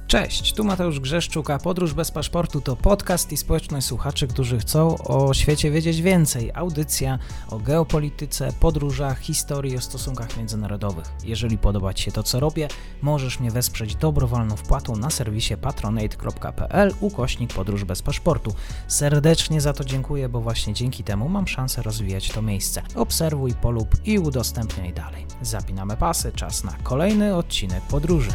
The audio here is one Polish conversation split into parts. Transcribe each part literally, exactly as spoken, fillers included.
Cześć, tu Mateusz Grzeszczuk, a Podróż bez paszportu to podcast i społeczność słuchaczy, którzy chcą o świecie wiedzieć więcej. Audycja o geopolityce, podróżach, historii, o stosunkach międzynarodowych. Jeżeli podoba Ci się to, co robię, możesz mnie wesprzeć dobrowolną wpłatą na serwisie patronate.pl ukośnik podróż bez paszportu. Serdecznie za to dziękuję, bo właśnie dzięki temu mam szansę rozwijać to miejsce. Obserwuj, polub i udostępniaj dalej. Zapinamy pasy, czas na kolejny odcinek podróży.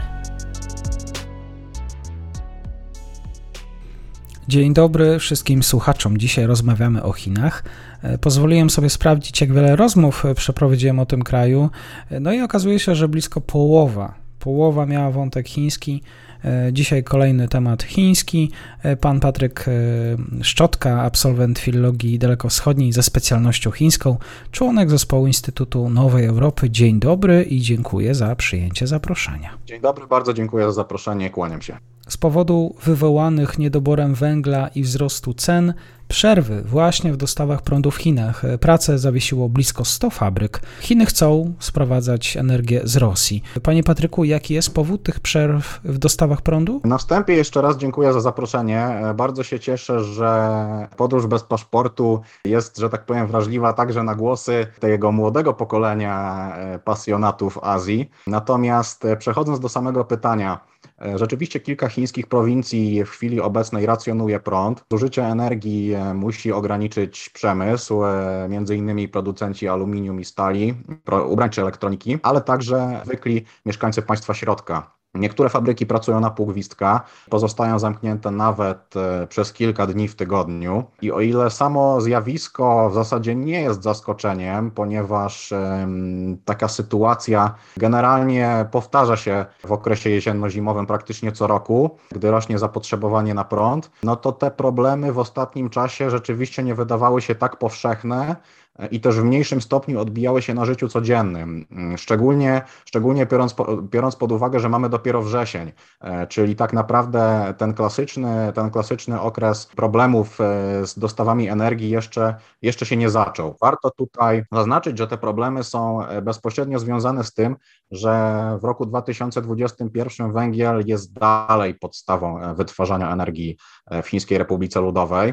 Dzień dobry wszystkim słuchaczom. Dzisiaj rozmawiamy o Chinach. Pozwoliłem sobie sprawdzić, jak wiele rozmów przeprowadziłem o tym kraju. No i okazuje się, że blisko połowa, połowa miała wątek chiński. Dzisiaj kolejny temat chiński. Pan Patryk Szczotka, absolwent filologii dalekowschodniej ze specjalnością chińską, członek zespołu Instytutu Nowej Europy. Dzień dobry i dziękuję za przyjęcie zaproszenia. Dzień dobry, bardzo dziękuję za zaproszenie, kłaniam się. Z powodu wywołanych niedoborem węgla i wzrostu cen, przerwy właśnie w dostawach prądu w Chinach. Pracę zawiesiło blisko sto fabryk. Chiny chcą sprowadzać energię z Rosji. Panie Patryku, jaki jest powód tych przerw w dostawach prądu? Na wstępie jeszcze raz dziękuję za zaproszenie. Bardzo się cieszę, że Podróż bez paszportu jest, że tak powiem, wrażliwa także na głosy tego młodego pokolenia pasjonatów Azji. Natomiast przechodząc do samego pytania, rzeczywiście kilka chińskich prowincji w chwili obecnej racjonuje prąd. Zużycie energii musi ograniczyć przemysł, między innymi producenci aluminium i stali, ubrań czy elektroniki, ale także zwykli mieszkańcy państwa środka. Niektóre fabryki pracują na pół gwizdka, pozostają zamknięte nawet przez kilka dni w tygodniu. I o ile samo zjawisko w zasadzie nie jest zaskoczeniem, ponieważ um, taka sytuacja generalnie powtarza się w okresie jesienno-zimowym praktycznie co roku, gdy rośnie zapotrzebowanie na prąd, no to te problemy w ostatnim czasie rzeczywiście nie wydawały się tak powszechne, i też w mniejszym stopniu odbijały się na życiu codziennym, szczególnie, szczególnie biorąc, biorąc pod uwagę, że mamy dopiero wrzesień, czyli tak naprawdę ten klasyczny, ten klasyczny okres problemów z dostawami energii jeszcze, jeszcze się nie zaczął. Warto tutaj zaznaczyć, że te problemy są bezpośrednio związane z tym, że w roku dwa tysiące dwudziestym pierwszym węgiel jest dalej podstawą wytwarzania energii w Chińskiej Republice Ludowej,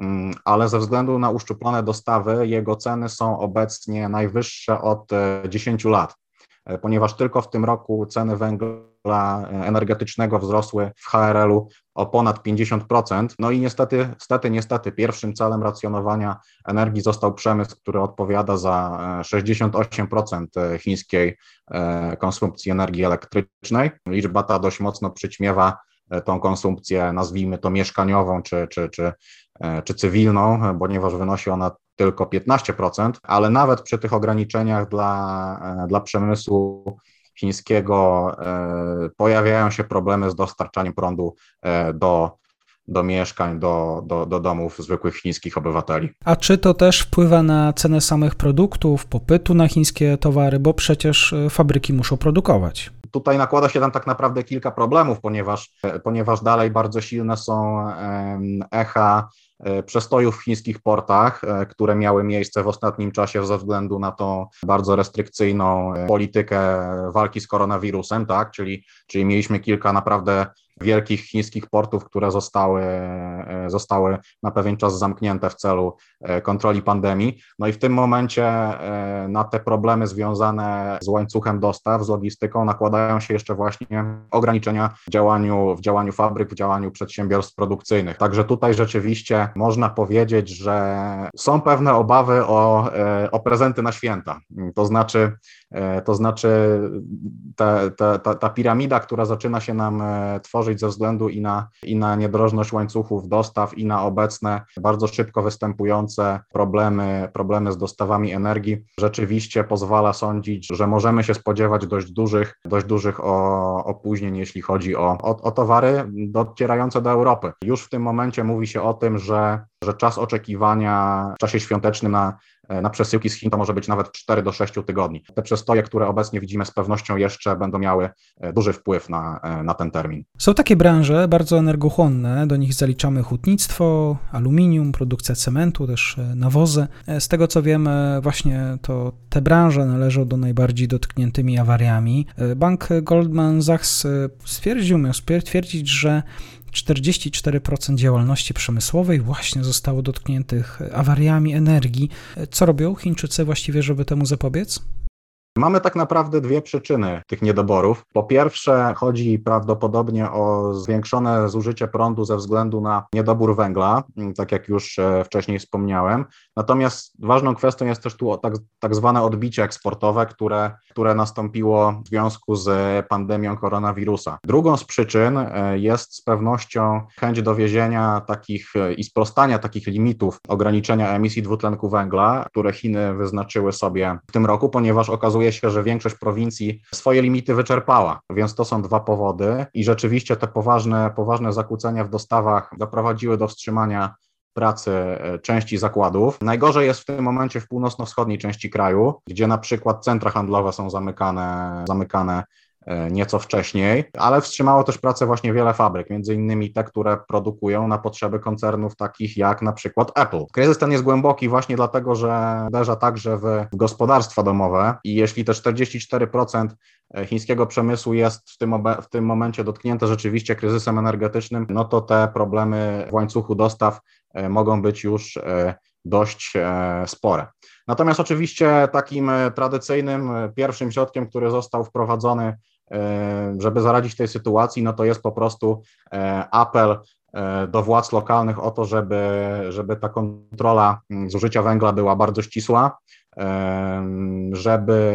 ale ze względu na uszczuplone dostawy jego ceny są obecnie najwyższe od dziesięciu lat, ponieważ tylko w tym roku ceny węgla energetycznego wzrosły w H R L-u o ponad pięćdziesiąt procent. No i niestety, niestety, niestety pierwszym celem racjonowania energii został przemysł, który odpowiada za sześćdziesiąt osiem procent chińskiej konsumpcji energii elektrycznej. Liczba ta dość mocno przyćmiewa tą konsumpcję, nazwijmy to mieszkaniową czy, czy, czy, czy cywilną, ponieważ wynosi ona tylko piętnaście procent, ale nawet przy tych ograniczeniach dla, dla przemysłu chińskiego pojawiają się problemy z dostarczaniem prądu do, do mieszkań, do, do, do domów zwykłych chińskich obywateli. A czy to też wpływa na cenę samych produktów, popytu na chińskie towary, bo przecież fabryki muszą produkować? Tutaj nakłada się tam tak naprawdę kilka problemów, ponieważ, ponieważ dalej bardzo silne są echa przestojów w chińskich portach, które miały miejsce w ostatnim czasie ze względu na tą bardzo restrykcyjną politykę walki z koronawirusem, tak? Czyli, czyli mieliśmy kilka naprawdę wielkich chińskich portów, które zostały, zostały na pewien czas zamknięte w celu kontroli pandemii. No i w tym momencie na te problemy związane z łańcuchem dostaw, z logistyką nakładają się jeszcze właśnie ograniczenia w działaniu, w działaniu fabryk, w działaniu przedsiębiorstw produkcyjnych. Także tutaj rzeczywiście można powiedzieć, że są pewne obawy o, o prezenty na święta. To znaczy, to znaczy te, te, ta, ta piramida, która zaczyna się nam tworzyć ze względu i na, i na niedrożność łańcuchów dostaw, i na obecne bardzo szybko występujące problemy, problemy z dostawami energii, rzeczywiście pozwala sądzić, że możemy się spodziewać dość dużych, dość dużych o, opóźnień, jeśli chodzi o, o, o towary docierające do Europy. Już w tym momencie mówi się o tym, że że czas oczekiwania w czasie świątecznym na, na przesyłki z Chin to może być nawet cztery do sześciu tygodni. Te przestoje, które obecnie widzimy, z pewnością jeszcze będą miały duży wpływ na, na ten termin. Są takie branże bardzo energochłonne, do nich zaliczamy hutnictwo, aluminium, produkcja cementu, też nawozy. Z tego co wiemy, właśnie to te branże należą do najbardziej dotkniętymi awariami. Bank Goldman Sachs stwierdził, miał stwierdzić, że czterdzieści cztery procent działalności przemysłowej właśnie zostało dotkniętych awariami energii. Co robią Chińczycy właściwie, żeby temu zapobiec? Mamy tak naprawdę dwie przyczyny tych niedoborów. Po pierwsze, chodzi prawdopodobnie o zwiększone zużycie prądu ze względu na niedobór węgla, tak jak już wcześniej wspomniałem. Natomiast ważną kwestią jest też tu tak, tak zwane odbicie eksportowe, które, które nastąpiło w związku z pandemią koronawirusa. Drugą z przyczyn jest z pewnością chęć dowiezienia takich i sprostania takich limitów ograniczenia emisji dwutlenku węgla, które Chiny wyznaczyły sobie w tym roku, ponieważ okazuje się, że większość prowincji swoje limity wyczerpała, więc to są dwa powody i rzeczywiście te poważne, poważne zakłócenia w dostawach doprowadziły do wstrzymania pracy części zakładów. Najgorzej jest w tym momencie w północno-wschodniej części kraju, gdzie na przykład centra handlowe są zamykane, zamykane nieco wcześniej, ale wstrzymało też pracę właśnie wiele fabryk, między innymi te, które produkują na potrzeby koncernów takich jak na przykład Apple. Kryzys ten jest głęboki właśnie dlatego, że uderza także w gospodarstwa domowe i jeśli te czterdzieści cztery procent chińskiego przemysłu jest w tym, w tym momencie dotknięte rzeczywiście kryzysem energetycznym, no to te problemy w łańcuchu dostaw mogą być już dość spore. Natomiast oczywiście takim tradycyjnym pierwszym środkiem, który został wprowadzony, żeby zaradzić tej sytuacji, no to jest po prostu apel do władz lokalnych o to, żeby, żeby ta kontrola zużycia węgla była bardzo ścisła, żeby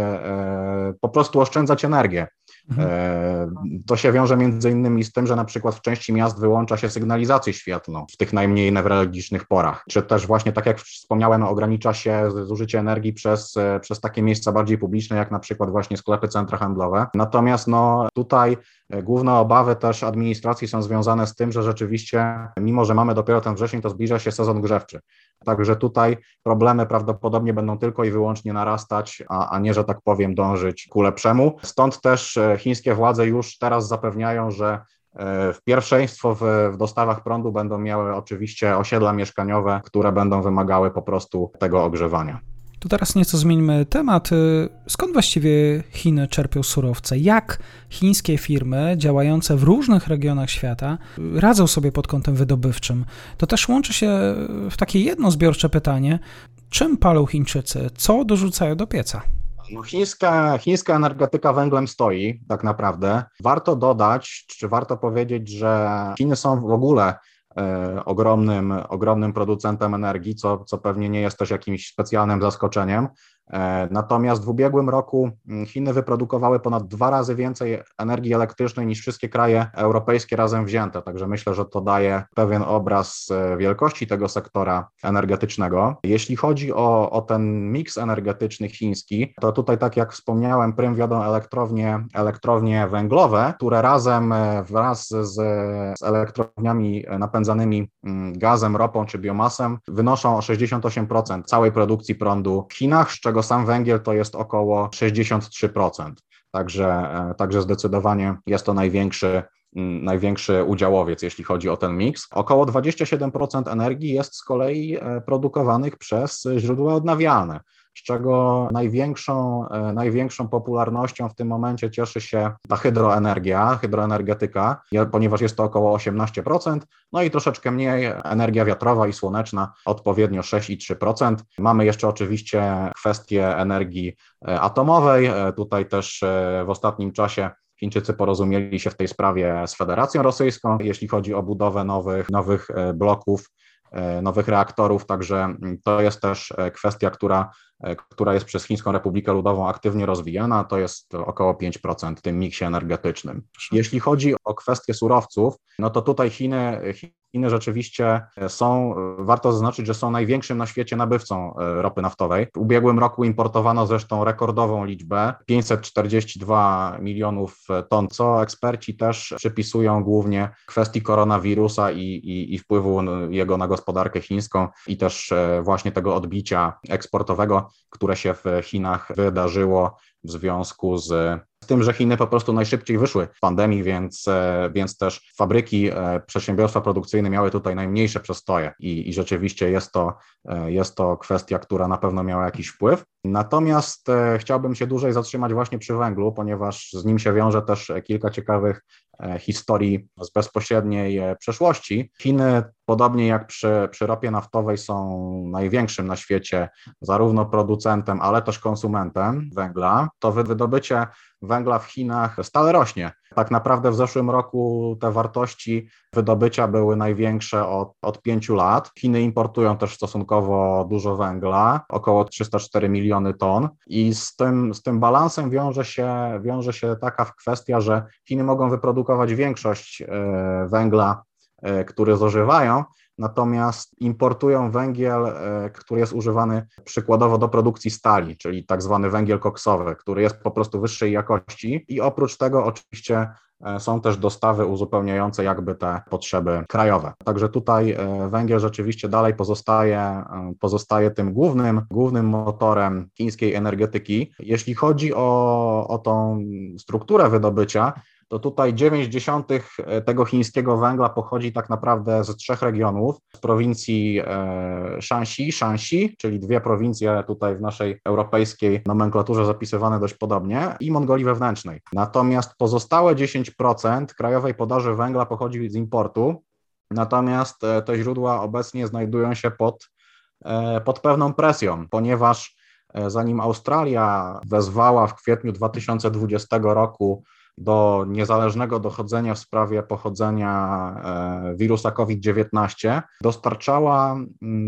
po prostu oszczędzać energię. Mhm. To się wiąże między innymi z tym, że na przykład w części miast wyłącza się sygnalizację świetlną w tych najmniej newralgicznych porach, czy też właśnie tak jak wspomniałem, ogranicza się zużycie energii przez, przez takie miejsca bardziej publiczne, jak na przykład właśnie sklepy, centra handlowe. Natomiast no, tutaj główne obawy też administracji są związane z tym, że rzeczywiście, mimo że mamy dopiero ten wrzesień, to zbliża się sezon grzewczy. Także tutaj problemy prawdopodobnie będą tylko i wyłącznie narastać, a, a nie, że tak powiem, dążyć ku lepszemu. Stąd też chińskie władze już teraz zapewniają, że w pierwszeństwo w, w dostawach prądu będą miały oczywiście osiedla mieszkaniowe, które będą wymagały po prostu tego ogrzewania. To teraz nieco zmieńmy temat. Skąd właściwie Chiny czerpią surowce? Jak chińskie firmy działające w różnych regionach świata radzą sobie pod kątem wydobywczym? To też łączy się w takie jedno zbiorcze pytanie. Czym palą Chińczycy? Co dorzucają do pieca? No, chińska, chińska energetyka węglem stoi tak naprawdę. Warto dodać, czy warto powiedzieć, że Chiny są w ogóle ogromnym, ogromnym producentem energii, co, co pewnie nie jest też jakimś specjalnym zaskoczeniem. Natomiast w ubiegłym roku Chiny wyprodukowały ponad dwa razy więcej energii elektrycznej niż wszystkie kraje europejskie razem wzięte, także myślę, że to daje pewien obraz wielkości tego sektora energetycznego. Jeśli chodzi o, o ten miks energetyczny chiński, to tutaj, tak jak wspomniałem, prym wiodą elektrownie, elektrownie węglowe, które razem wraz z, z elektrowniami napędzanymi gazem, ropą czy biomasem wynoszą o sześćdziesiąt osiem procent całej produkcji prądu w Chinach, z czego sam węgiel to jest około sześćdziesiąt trzy procent. Także, także zdecydowanie jest to największy, największy udziałowiec, jeśli chodzi o ten miks. Około dwadzieścia siedem procent energii jest z kolei produkowanych przez źródła odnawialne, z czego największą, największą popularnością w tym momencie cieszy się ta hydroenergia, hydroenergetyka, ponieważ jest to około osiemnaście procent, no i troszeczkę mniej energia wiatrowa i słoneczna, odpowiednio sześć i trzy procent. Mamy jeszcze oczywiście kwestię energii atomowej. Tutaj też w ostatnim czasie Chińczycy porozumieli się w tej sprawie z Federacją Rosyjską, jeśli chodzi o budowę nowych, nowych bloków, nowych reaktorów, także to jest też kwestia, która która jest przez Chińską Republikę Ludową aktywnie rozwijana, to jest około pięć procent w tym miksie energetycznym. Jeśli chodzi o kwestię surowców, no to tutaj Chiny, Chiny rzeczywiście są, warto zaznaczyć, że są największym na świecie nabywcą ropy naftowej. W ubiegłym roku importowano zresztą rekordową liczbę, pięćset czterdzieści dwa milionów ton, co eksperci też przypisują głównie kwestii koronawirusa i, i, i wpływu jego na gospodarkę chińską i też właśnie tego odbicia eksportowego, które się w Chinach wydarzyło w związku z z tym, że Chiny po prostu najszybciej wyszły z pandemii, więc, więc też fabryki, przedsiębiorstwa produkcyjne miały tutaj najmniejsze przestoje i, i rzeczywiście jest to, jest to kwestia, która na pewno miała jakiś wpływ. Natomiast chciałbym się dłużej zatrzymać właśnie przy węglu, ponieważ z nim się wiąże też kilka ciekawych historii z bezpośredniej przeszłości. Chiny, podobnie jak przy, przy ropie naftowej, są największym na świecie zarówno producentem, ale też konsumentem węgla. To wydobycie węgla w Chinach stale rośnie. Tak naprawdę w zeszłym roku te wartości wydobycia były największe od, od pięciu lat. Chiny importują też stosunkowo dużo węgla, około trzysta cztery miliony ton i z tym, z tym balansem wiąże się, wiąże się taka kwestia, że Chiny mogą wyprodukować większość węgla, który zużywają, natomiast importują węgiel, który jest używany przykładowo do produkcji stali, czyli tak zwany węgiel koksowy, który jest po prostu wyższej jakości i oprócz tego oczywiście są też dostawy uzupełniające jakby te potrzeby krajowe. Także tutaj węgiel rzeczywiście dalej pozostaje, pozostaje tym głównym, głównym motorem chińskiej energetyki. Jeśli chodzi o, o tą strukturę wydobycia, to tutaj dziewięć dziesiątych tego chińskiego węgla pochodzi tak naprawdę z trzech regionów, z prowincji Shanxi, Shanxi, czyli dwie prowincje tutaj w naszej europejskiej nomenklaturze zapisywane dość podobnie, i Mongolii wewnętrznej. Natomiast pozostałe dziesięć procent krajowej podaży węgla pochodzi z importu, natomiast te źródła obecnie znajdują się pod, pod pewną presją, ponieważ zanim Australia wezwała w kwietniu dwa tysiące dwudziestego roku do niezależnego dochodzenia w sprawie pochodzenia wirusa COVID dziewiętnaście, dostarczała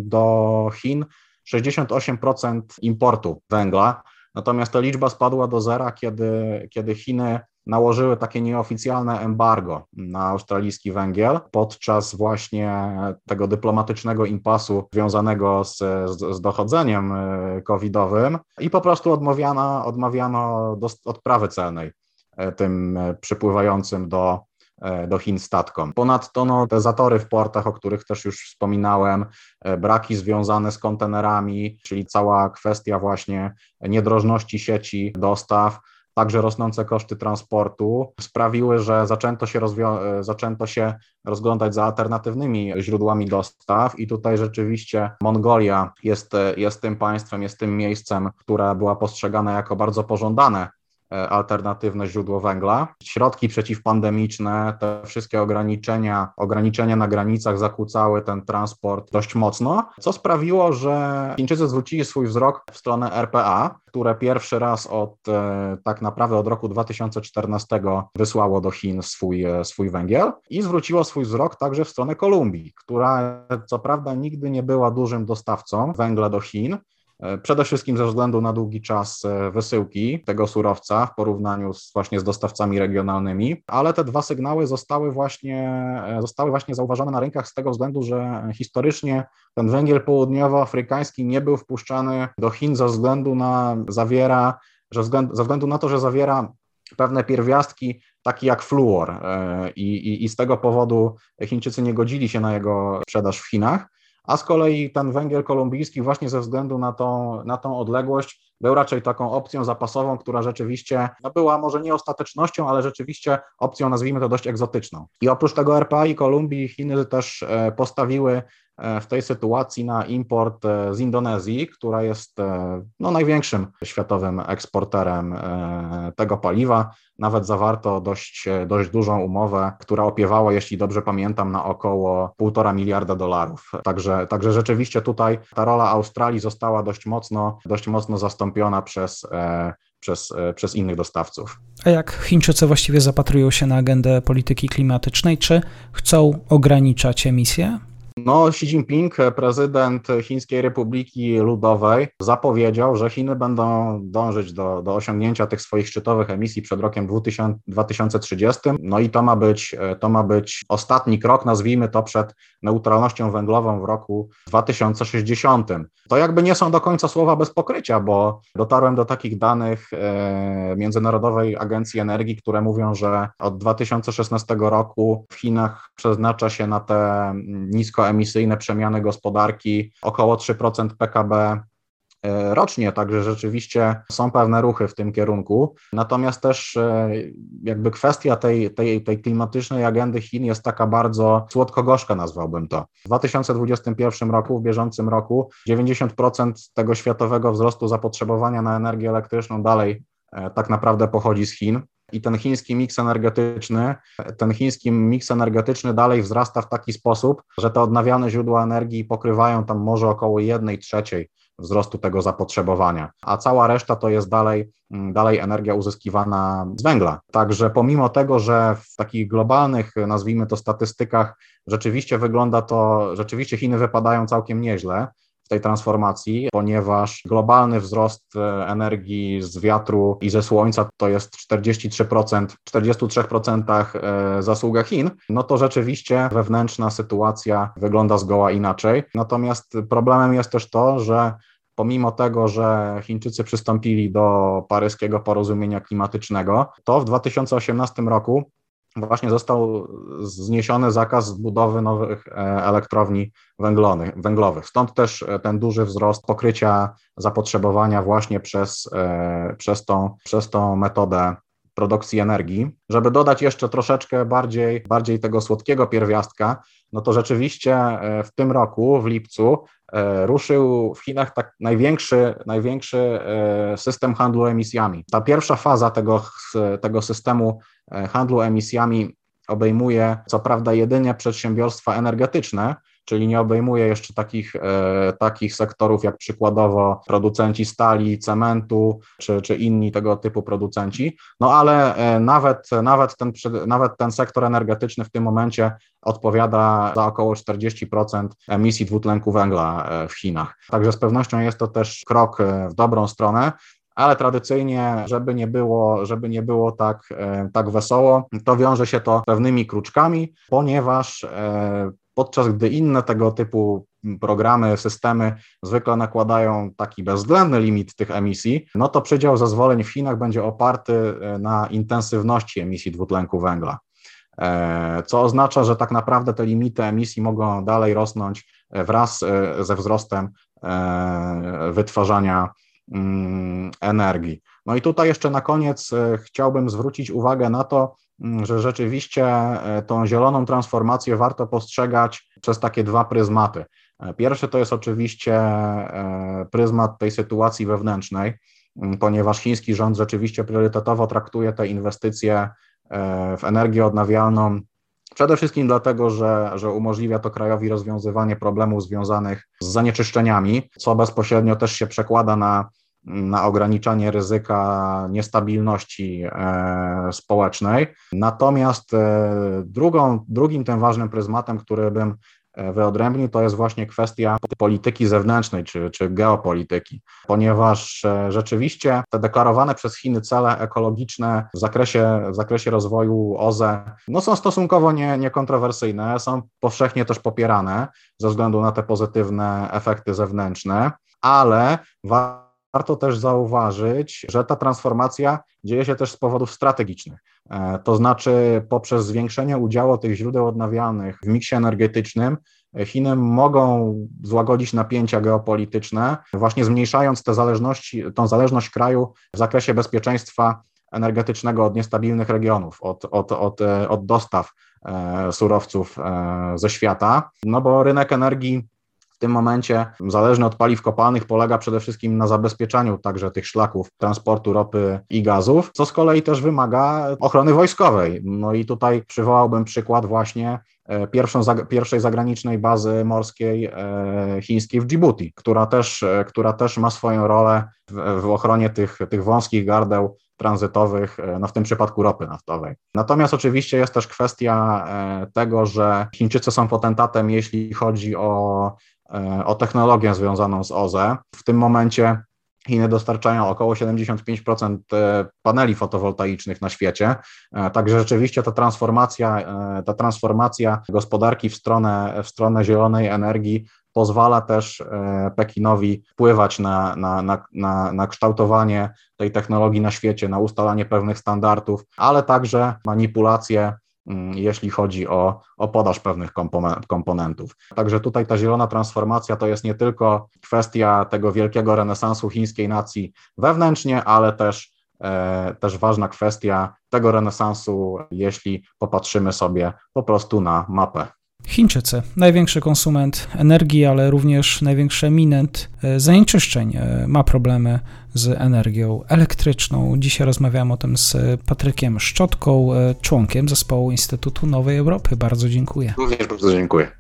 do Chin sześćdziesiąt osiem procent importu węgla, natomiast ta liczba spadła do zera, kiedy, kiedy Chiny nałożyły takie nieoficjalne embargo na australijski węgiel podczas właśnie tego dyplomatycznego impasu związanego z, z, z dochodzeniem covidowym i po prostu odmawiano, odmawiano do, odprawy celnej tym przypływającym do, do Chin statkom. Ponadto no, te zatory w portach, o których też już wspominałem, braki związane z kontenerami, czyli cała kwestia właśnie niedrożności sieci dostaw, także rosnące koszty transportu sprawiły, że zaczęto się, rozwio- zaczęto się rozglądać za alternatywnymi źródłami dostaw i tutaj rzeczywiście Mongolia jest, jest tym państwem, jest tym miejscem, które była postrzegane jako bardzo pożądane alternatywne źródło węgla. Środki przeciwpandemiczne, te wszystkie ograniczenia, ograniczenia na granicach zakłócały ten transport dość mocno, co sprawiło, że Chińczycy zwrócili swój wzrok w stronę R P A, które pierwszy raz od tak naprawdę od roku dwa tysiące czternastego wysłało do Chin swój, swój węgiel i zwróciło swój wzrok także w stronę Kolumbii, która co prawda nigdy nie była dużym dostawcą węgla do Chin, przede wszystkim ze względu na długi czas wysyłki tego surowca w porównaniu z, właśnie z dostawcami regionalnymi, ale te dwa sygnały zostały właśnie, zostały właśnie zauważone na rynkach z tego względu, że historycznie ten węgiel południowoafrykański nie był wpuszczany do Chin ze względu na zawiera, że względ, ze względu na to, że zawiera pewne pierwiastki, takie jak fluor i, i, i z tego powodu Chińczycy nie godzili się na jego sprzedaż w Chinach. A z kolei ten węgiel kolumbijski właśnie ze względu na tą, na tą odległość był raczej taką opcją zapasową, która rzeczywiście no była może nie ostatecznością, ale rzeczywiście opcją, nazwijmy to, dość egzotyczną. I oprócz tego R P A i Kolumbii Chiny też postawiły w tej sytuacji na import z Indonezji, która jest no, największym światowym eksporterem tego paliwa. Nawet zawarto dość, dość dużą umowę, która opiewała, jeśli dobrze pamiętam, na około półtora miliarda dolarów. Także, także rzeczywiście tutaj ta rola Australii została dość mocno, dość mocno zastąpiona przez, przez, przez innych dostawców. A jak Chińczycy właściwie zapatrują się na agendę polityki klimatycznej? Czy chcą ograniczać emisje? No, Xi Jinping, prezydent Chińskiej Republiki Ludowej, zapowiedział, że Chiny będą dążyć do, do osiągnięcia tych swoich szczytowych emisji przed rokiem dwa tysiące trzydziestym. No i to ma być, to ma być ostatni krok, nazwijmy to, przed neutralnością węglową w roku dwa tysiące sześćdziesiątym. To jakby nie są do końca słowa bez pokrycia, bo dotarłem do takich danych e, Międzynarodowej Agencji Energii, które mówią, że od dwa tysiące szesnastego roku w Chinach przeznacza się na te niskoemisyjne przemiany gospodarki około trzy procent P K B rocznie, także rzeczywiście są pewne ruchy w tym kierunku. Natomiast też jakby kwestia tej, tej, tej klimatycznej agendy Chin jest taka bardzo słodko-gorzka, nazwałbym to. W dwa tysiące dwudziestym pierwszym roku, w bieżącym roku, dziewięćdziesiąt procent tego światowego wzrostu zapotrzebowania na energię elektryczną dalej tak naprawdę pochodzi z Chin. I ten chiński miks energetyczny, ten chiński miks energetyczny dalej wzrasta w taki sposób, że te odnawialne źródła energii pokrywają tam może około jednej trzeciej wzrostu tego zapotrzebowania, a cała reszta to jest dalej, dalej energia uzyskiwana z węgla. Także pomimo tego, że w takich globalnych, nazwijmy to, statystykach rzeczywiście wygląda to, rzeczywiście Chiny wypadają całkiem nieźle w tej transformacji, ponieważ globalny wzrost energii z wiatru i ze słońca to jest czterdzieści trzy procent, w czterdziestu trzech procentach zasługa Chin, no to rzeczywiście wewnętrzna sytuacja wygląda zgoła inaczej. Natomiast problemem jest też to, że pomimo tego, że Chińczycy przystąpili do paryskiego porozumienia klimatycznego, to w dwa tysiące osiemnastym roku właśnie został zniesiony zakaz budowy nowych elektrowni węglowych. Stąd też ten duży wzrost pokrycia zapotrzebowania właśnie przez, przez, tą, przez tą metodę produkcji energii. Żeby dodać jeszcze troszeczkę bardziej, bardziej tego słodkiego pierwiastka, no to rzeczywiście w tym roku, w lipcu, ruszył w Chinach tak największy, największy system handlu emisjami. Ta pierwsza faza tego, tego systemu handlu emisjami obejmuje co prawda jedynie przedsiębiorstwa energetyczne, czyli nie obejmuje jeszcze takich, e, takich sektorów jak przykładowo producenci stali, cementu czy, czy inni tego typu producenci, no ale e, nawet, nawet, ten, nawet ten sektor energetyczny w tym momencie odpowiada za około czterdzieści procent emisji dwutlenku węgla w Chinach. Także z pewnością jest to też krok w dobrą stronę. Ale tradycyjnie, żeby nie było, żeby nie było tak, tak wesoło, to wiąże się to pewnymi kruczkami, ponieważ podczas gdy inne tego typu programy, systemy zwykle nakładają taki bezwzględny limit tych emisji, no to przydział zezwoleń w Chinach będzie oparty na intensywności emisji dwutlenku węgla, co oznacza, że tak naprawdę te limity emisji mogą dalej rosnąć wraz ze wzrostem wytwarzania energii. No i tutaj jeszcze na koniec chciałbym zwrócić uwagę na to, że rzeczywiście tą zieloną transformację warto postrzegać przez takie dwa pryzmaty. Pierwszy to jest oczywiście pryzmat tej sytuacji wewnętrznej, ponieważ chiński rząd rzeczywiście priorytetowo traktuje te inwestycje w energię odnawialną przede wszystkim dlatego, że, że umożliwia to krajowi rozwiązywanie problemów związanych z zanieczyszczeniami, co bezpośrednio też się przekłada na, na ograniczanie ryzyka niestabilności e, społecznej. Natomiast e, drugą, drugim tym ważnym pryzmatem, który bym wyodrębnił, to jest właśnie kwestia polityki zewnętrznej czy, czy geopolityki, ponieważ rzeczywiście te deklarowane przez Chiny cele ekologiczne w zakresie, w zakresie rozwoju O Z E no są stosunkowo nie, niekontrowersyjne, są powszechnie też popierane ze względu na te pozytywne efekty zewnętrzne, ale warto też zauważyć, że ta transformacja dzieje się też z powodów strategicznych. To znaczy poprzez zwiększenie udziału tych źródeł odnawialnych w miksie energetycznym Chiny mogą złagodzić napięcia geopolityczne, właśnie zmniejszając te zależności, tą zależność kraju w zakresie bezpieczeństwa energetycznego od niestabilnych regionów, od, od, od, od dostaw surowców ze świata, no bo rynek energii w tym momencie, zależny od paliw kopalnych, polega przede wszystkim na zabezpieczaniu także tych szlaków transportu ropy i gazów, co z kolei też wymaga ochrony wojskowej. No i tutaj przywołałbym przykład właśnie pierwszą, pierwszej zagranicznej bazy morskiej chińskiej w Djibouti, która też, która też ma swoją rolę w, w ochronie tych, tych wąskich gardeł tranzytowych, no w tym przypadku ropy naftowej. Natomiast oczywiście jest też kwestia tego, że Chińczycy są potentatem, jeśli chodzi o, o technologię związaną z O Z E. W tym momencie Chiny dostarczają około siedemdziesiąt pięć procent paneli fotowoltaicznych na świecie, także rzeczywiście ta transformacja, ta transformacja gospodarki w stronę, w stronę zielonej energii pozwala też Pekinowi wpływać na, na, na, na, na kształtowanie tej technologii na świecie, na ustalanie pewnych standardów, ale także manipulacje, jeśli chodzi o, o podaż pewnych komponentów. Także tutaj ta zielona transformacja to jest nie tylko kwestia tego wielkiego renesansu chińskiej nacji wewnętrznie, ale też, e, też ważna kwestia tego renesansu, jeśli popatrzymy sobie po prostu na mapę. Chińczycy, największy konsument energii, ale również największy eminent zanieczyszczeń, ma problemy z energią elektryczną. Dzisiaj rozmawiałem o tym z Patrykiem Szczotką, członkiem zespołu Instytutu Nowej Europy. Bardzo dziękuję. Również bardzo dziękuję.